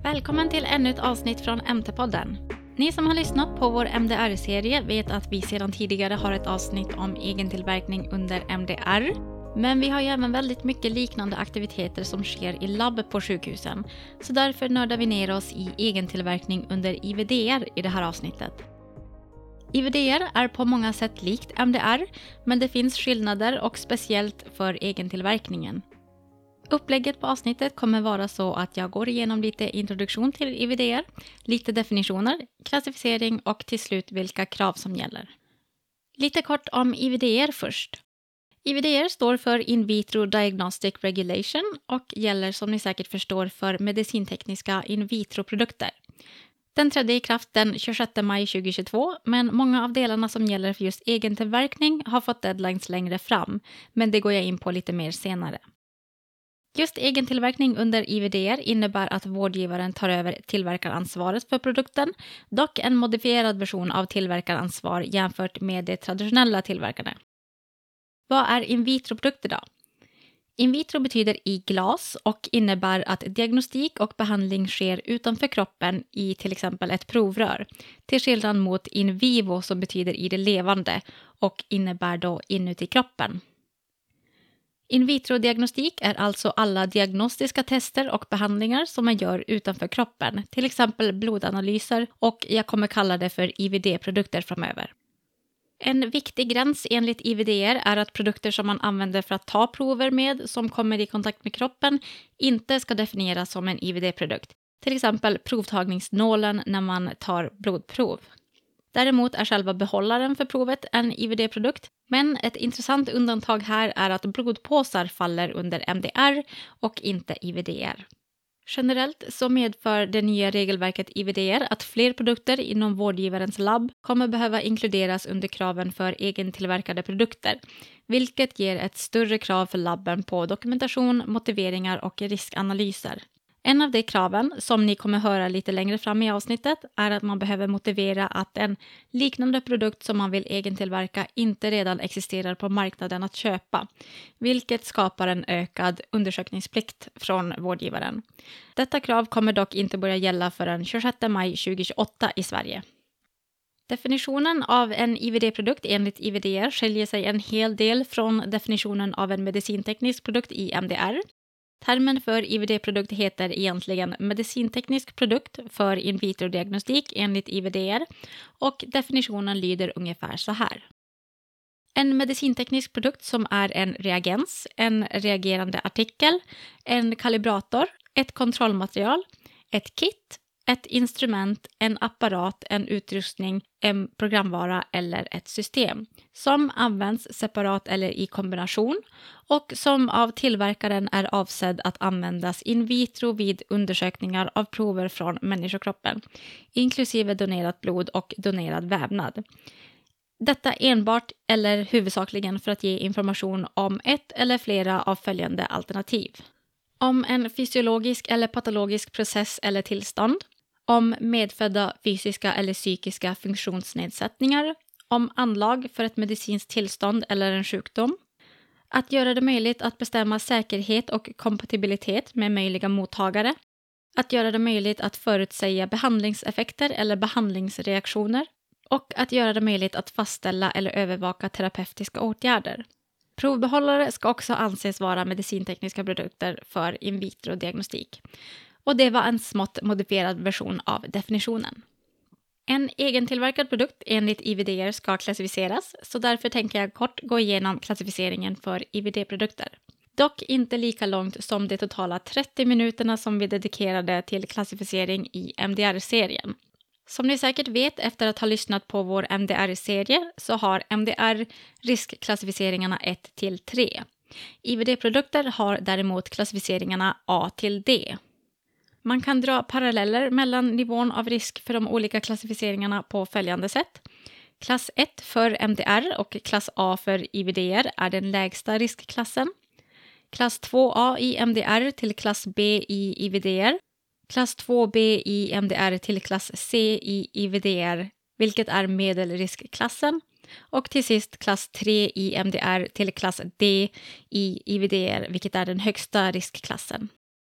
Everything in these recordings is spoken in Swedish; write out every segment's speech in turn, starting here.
Välkommen till ännu ett avsnitt från MT-podden. Ni som har lyssnat på vår MDR-serie vet att vi sedan tidigare har ett avsnitt om egentillverkning under MDR. Men vi har ju även väldigt mycket liknande aktiviteter som sker i labb på sjukhusen. Så därför nördar vi ner oss i egentillverkning under IVDR i det här avsnittet. IVDR är på många sätt likt MDR, men det finns skillnader och speciellt för egentillverkningen. Upplägget på avsnittet kommer vara så att jag går igenom lite introduktion till IVDR, lite definitioner, klassificering och till slut vilka krav som gäller. Lite kort om IVDR först. IVDR står för In Vitro Diagnostic Regulation och gäller som ni säkert förstår för medicintekniska in vitro-produkter. Den trädde i kraft den 26 maj 2022, men många av delarna som gäller för just egentillverkning har fått deadlines längre fram, men det går jag in på lite mer senare. Just egentillverkning under IVDR innebär att vårdgivaren tar över tillverkaransvaret för produkten, dock en modifierad version av tillverkaransvar jämfört med de traditionella tillverkarna. Vad är in vitro-produkter då? In vitro betyder i glas och innebär att diagnostik och behandling sker utanför kroppen i till exempel ett provrör, till skillnad mot in vivo som betyder i det levande och innebär då inuti kroppen. In vitro-diagnostik är alltså alla diagnostiska tester och behandlingar som man gör utanför kroppen, till exempel blodanalyser och jag kommer kalla det för IVD-produkter framöver. En viktig gräns enligt IVDR är att produkter som man använder för att ta prover med som kommer i kontakt med kroppen inte ska definieras som en IVD-produkt, till exempel provtagningsnålen när man tar blodprov. Däremot är själva behållaren för provet en IVD-produkt, men ett intressant undantag här är att blodpåsar faller under MDR och inte IVDR. Generellt så medför det nya regelverket IVDR att fler produkter inom vårdgivarens labb kommer behöva inkluderas under kraven för egentillverkade produkter, vilket ger ett större krav för labben på dokumentation, motiveringar och riskanalyser. En av de kraven, som ni kommer höra lite längre fram i avsnittet, är att man behöver motivera att en liknande produkt som man vill egentillverka inte redan existerar på marknaden att köpa, vilket skapar en ökad undersökningsplikt från vårdgivaren. Detta krav kommer dock inte börja gälla förrän 26 maj 2028 i Sverige. Definitionen av en IVD-produkt enligt IVDR skiljer sig en hel del från definitionen av en medicinteknisk produkt i MDR. Termen för IVD-produkt heter egentligen medicinteknisk produkt för in vitro-diagnostik enligt IVDR och definitionen lyder ungefär så här. En medicinteknisk produkt som är en reagens, en reagerande artikel, en kalibrator, ett kontrollmaterial, ett kit, ett instrument, en apparat, en utrustning, en programvara eller ett system som används separat eller i kombination och som av tillverkaren är avsedd att användas in vitro vid undersökningar av prover från människokroppen, inklusive donerat blod och donerad vävnad. Detta enbart eller huvudsakligen för att ge information om ett eller flera av följande alternativ. Om en fysiologisk eller patologisk process eller tillstånd, om medfödda fysiska eller psykiska funktionsnedsättningar, om anlag för ett medicinskt tillstånd eller en sjukdom, att göra det möjligt att bestämma säkerhet och kompatibilitet med möjliga mottagare, att göra det möjligt att förutsäga behandlingseffekter eller behandlingsreaktioner och att göra det möjligt att fastställa eller övervaka terapeutiska åtgärder. Provbehållare ska också anses vara medicintekniska produkter för in vitro-diagnostik. Och det var en smått modifierad version av definitionen. En egentillverkad produkt enligt IVDR ska klassificeras, så därför tänker jag kort gå igenom klassificeringen för IVD-produkter. Dock inte lika långt som de totala 30 minuterna som vi dedikerade till klassificering i MDR-serien. Som ni säkert vet efter att ha lyssnat på vår MDR-serie så har MDR riskklassificeringarna 1-3. IVD-produkter har däremot klassificeringarna A till D. Man kan dra paralleller mellan nivån av risk för de olika klassificeringarna på följande sätt. Klass 1 för MDR och klass A för IVDR är den lägsta riskklassen. Klass 2A i MDR till klass B i IVDR. Klass 2B i MDR till klass C i IVDR, vilket är medelriskklassen. Och till sist klass 3 i MDR till klass D i IVDR, vilket är den högsta riskklassen.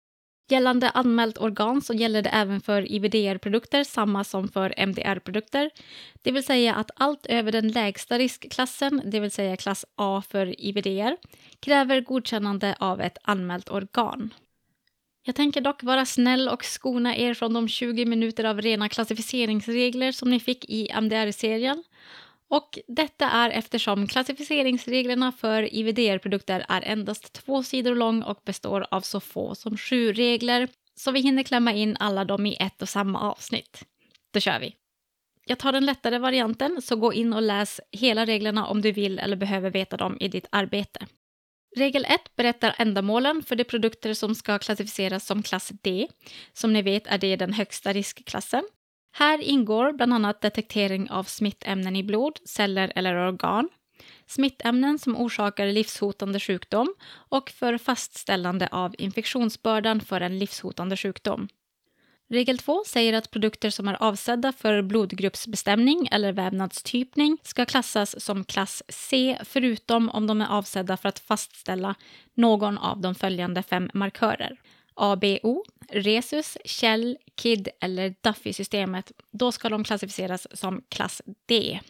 Gällande anmält organ så gäller det även för IVDR-produkter samma som för MDR-produkter. Det vill säga att allt över den lägsta riskklassen, det vill säga klass A för IVDR, kräver godkännande av ett anmält organ. Jag tänker dock vara snäll och skona er från de 20 minuter av rena klassificeringsregler som ni fick i MDR-serien. Och detta är eftersom klassificeringsreglerna för IVDR-produkter är endast 2 sidor lång och består av så få som 7 regler, så vi hinner klämma in alla dem i ett och samma avsnitt. Då kör vi! Jag tar den lättare varianten, så gå in och läs hela reglerna om du vill eller behöver veta dem i ditt arbete. Regel 1 berättar ändamålen för de produkter som ska klassificeras som klass D. Som ni vet är det den högsta riskklassen. Här ingår bland annat detektering av smittämnen i blod, celler eller organ, smittämnen som orsakar livshotande sjukdom och för fastställande av infektionsbördan för en livshotande sjukdom. Regel 2 säger att produkter som är avsedda för blodgruppsbestämning eller vävnadstypning ska klassas som klass C förutom om de är avsedda för att fastställa någon av de följande 5 markörer. ABO, Rhesus, Kjell, KID eller Duffy-systemet, då ska de klassificeras som klass D.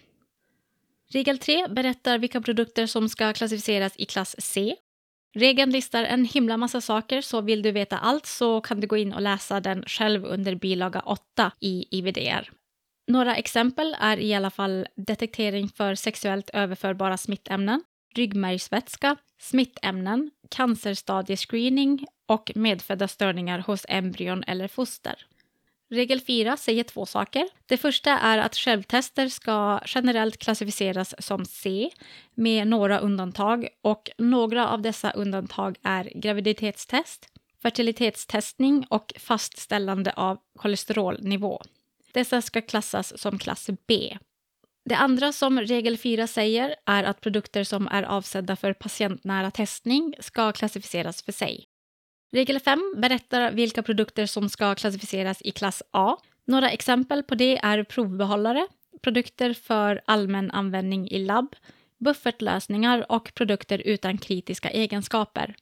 Regel 3 berättar vilka produkter som ska klassificeras i klass C. Regeln listar en himla massa saker, så vill du veta allt så kan du gå in och läsa den själv under bilaga 8 i IVDR. Några exempel är i alla fall detektering för sexuellt överförbara smittämnen, ryggmärgsvätska, smittämnen, cancerstadiescreening och medfödda störningar hos embryon eller foster. Regel 4 säger 2 saker. Det första är att självtester ska generellt klassificeras som C med några undantag, och några av dessa undantag är graviditetstest, fertilitetstestning och fastställande av kolesterolnivå. Dessa ska klassas som klass B. Det andra som regel 4 säger är att produkter som är avsedda för patientnära testning ska klassificeras för sig. Regel 5 berättar vilka produkter som ska klassificeras i klass A. Några exempel på det är provbehållare, produkter för allmän användning i labb, buffertlösningar och produkter utan kritiska egenskaper.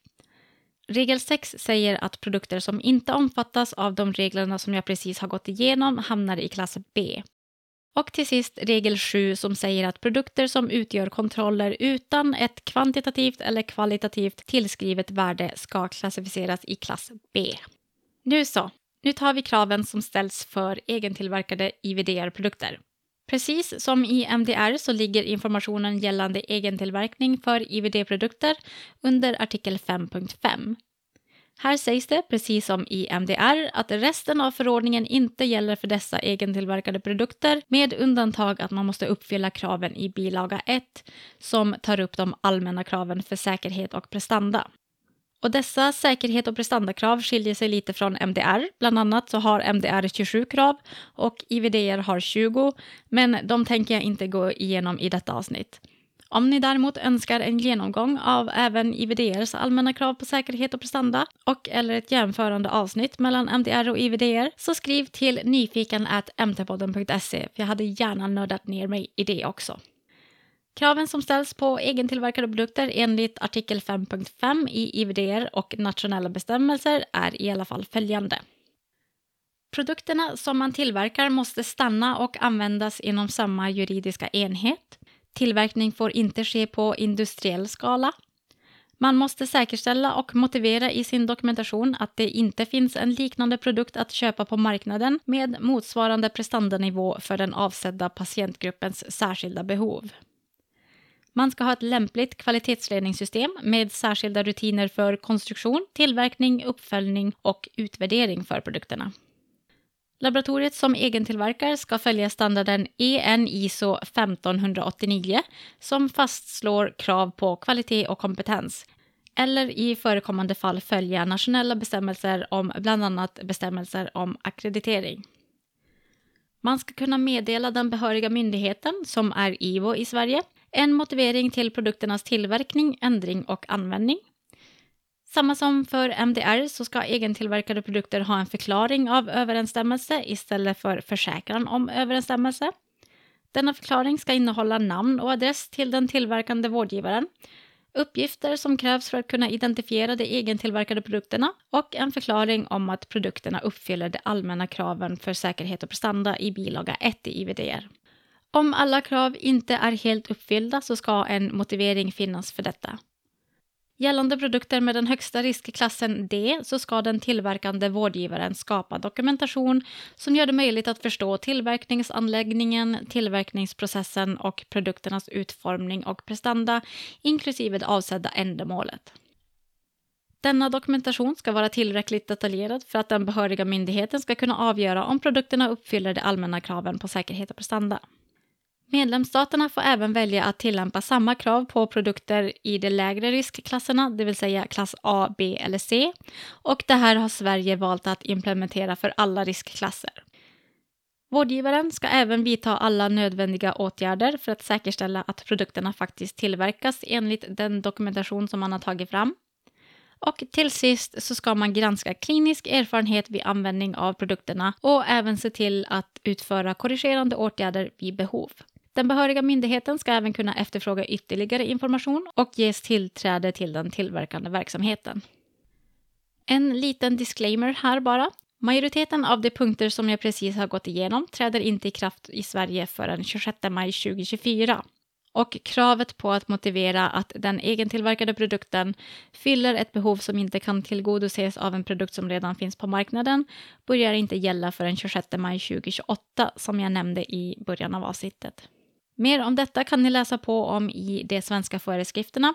Regel 6 säger att produkter som inte omfattas av de reglerna som jag precis har gått igenom hamnar i klass B. Och till sist regel 7 som säger att produkter som utgör kontroller utan ett kvantitativt eller kvalitativt tillskrivet värde ska klassificeras i klass B. Nu tar vi kraven som ställs för egentillverkade IVDR-produkter. Precis som i MDR så ligger informationen gällande egentillverkning för IVD-produkter under artikel 5.5. Här sägs det, precis som i MDR, att resten av förordningen inte gäller för dessa egentillverkade produkter med undantag att man måste uppfylla kraven i bilaga 1 som tar upp de allmänna kraven för säkerhet och prestanda. Och dessa säkerhet- och prestandakrav skiljer sig lite från MDR. Bland annat så har MDR 27 krav och IVDR har 20, men de tänker jag inte gå igenom i detta avsnitt. Om ni däremot önskar en genomgång av även IVDRs allmänna krav på säkerhet och prestanda och eller ett jämförande avsnitt mellan MDR och IVDR så skriv till nyfiken@mtpodden.se, för jag hade gärna nördat ner mig i det också. Kraven som ställs på egentillverkade produkter enligt artikel 5.5 i IVDR och nationella bestämmelser är i alla fall följande. Produkterna som man tillverkar måste stanna och användas inom samma juridiska enhet. Tillverkning får inte ske på industriell skala. Man måste säkerställa och motivera i sin dokumentation att det inte finns en liknande produkt att köpa på marknaden med motsvarande prestandanivå för den avsedda patientgruppens särskilda behov. Man ska ha ett lämpligt kvalitetsledningssystem med särskilda rutiner för konstruktion, tillverkning, uppföljning och utvärdering för produkterna. Laboratoriet som egentillverkar ska följa standarden EN ISO 15189 som fastslår krav på kvalitet och kompetens, eller i förekommande fall följa nationella bestämmelser om bland annat bestämmelser om akkreditering. Man ska kunna meddela den behöriga myndigheten, som är IVO i Sverige, en motivering till produkternas tillverkning, ändring och användning. Samma som för MDR så ska egentillverkade produkter ha en förklaring av överensstämmelse istället för försäkran om överensstämmelse. Denna förklaring ska innehålla namn och adress till den tillverkande vårdgivaren. uppgifter som krävs för att kunna identifiera de egentillverkade produkterna och en förklaring om att produkterna uppfyller de allmänna kraven för säkerhet och prestanda i bilaga 1 i IVDR. Om alla krav inte är helt uppfyllda så ska en motivering finnas för detta. Gällande produkter med den högsta riskklassen D så ska den tillverkande vårdgivaren skapa dokumentation som gör det möjligt att förstå tillverkningsanläggningen, tillverkningsprocessen och produkternas utformning och prestanda, inklusive det avsedda ändamålet. Denna dokumentation ska vara tillräckligt detaljerad för att den behöriga myndigheten ska kunna avgöra om produkterna uppfyller de allmänna kraven på säkerhet och prestanda. Medlemsstaterna får även välja att tillämpa samma krav på produkter i de lägre riskklasserna, det vill säga klass A, B eller C. Och det här har Sverige valt att implementera för alla riskklasser. Vårdgivaren ska även vidta alla nödvändiga åtgärder för att säkerställa att produkterna faktiskt tillverkas enligt den dokumentation som man har tagit fram. Och till sist så ska man granska klinisk erfarenhet vid användning av produkterna och även se till att utföra korrigerande åtgärder vid behov. Den behöriga myndigheten ska även kunna efterfråga ytterligare information och ges tillträde till den tillverkande verksamheten. En liten disclaimer här bara. Majoriteten av de punkter som jag precis har gått igenom träder inte i kraft i Sverige förrän 26 maj 2024. Och kravet på att motivera att den egentillverkade produkten fyller ett behov som inte kan tillgodoses av en produkt som redan finns på marknaden börjar inte gälla förrän 26 maj 2028 som jag nämnde i början av avsnittet. Mer om detta kan ni läsa på om i de svenska föreskrifterna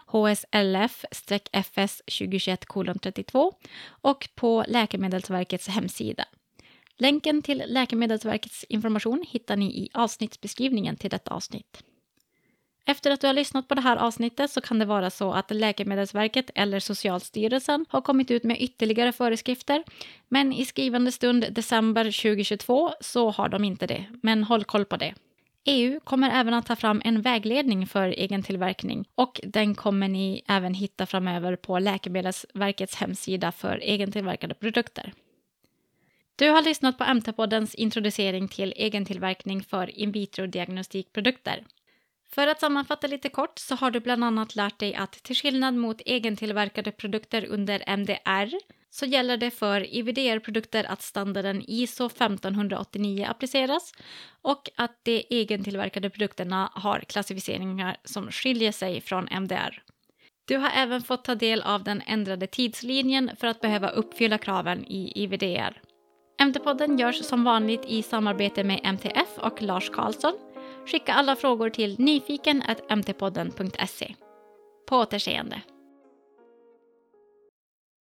HSLF-FS 2021:32 och på Läkemedelsverkets hemsida. Länken till Läkemedelsverkets information hittar ni i avsnittsbeskrivningen till detta avsnitt. Efter att du har lyssnat på det här avsnittet så kan det vara så att Läkemedelsverket eller Socialstyrelsen har kommit ut med ytterligare föreskrifter. Men i skrivande stund december 2022 så har de inte det, men håll koll på det. EU kommer även att ta fram en vägledning för egentillverkning och den kommer ni även hitta framöver på Läkemedelsverkets hemsida för egentillverkade produkter. Du har lyssnat på MT-poddens introducering till egentillverkning för in vitro-diagnostikprodukter. För att sammanfatta lite kort så har du bland annat lärt dig att till skillnad mot egentillverkade produkter under MDR så gäller det för IVDR-produkter att standarden ISO 1589 appliceras och att de egentillverkade produkterna har klassificeringar som skiljer sig från MDR. Du har även fått ta del av den ändrade tidslinjen för att behöva uppfylla kraven i IVDR. MT-podden görs som vanligt i samarbete med MTF och Lars Karlsson. Skicka alla frågor till nyfiken@mtpodden.se. På återseende!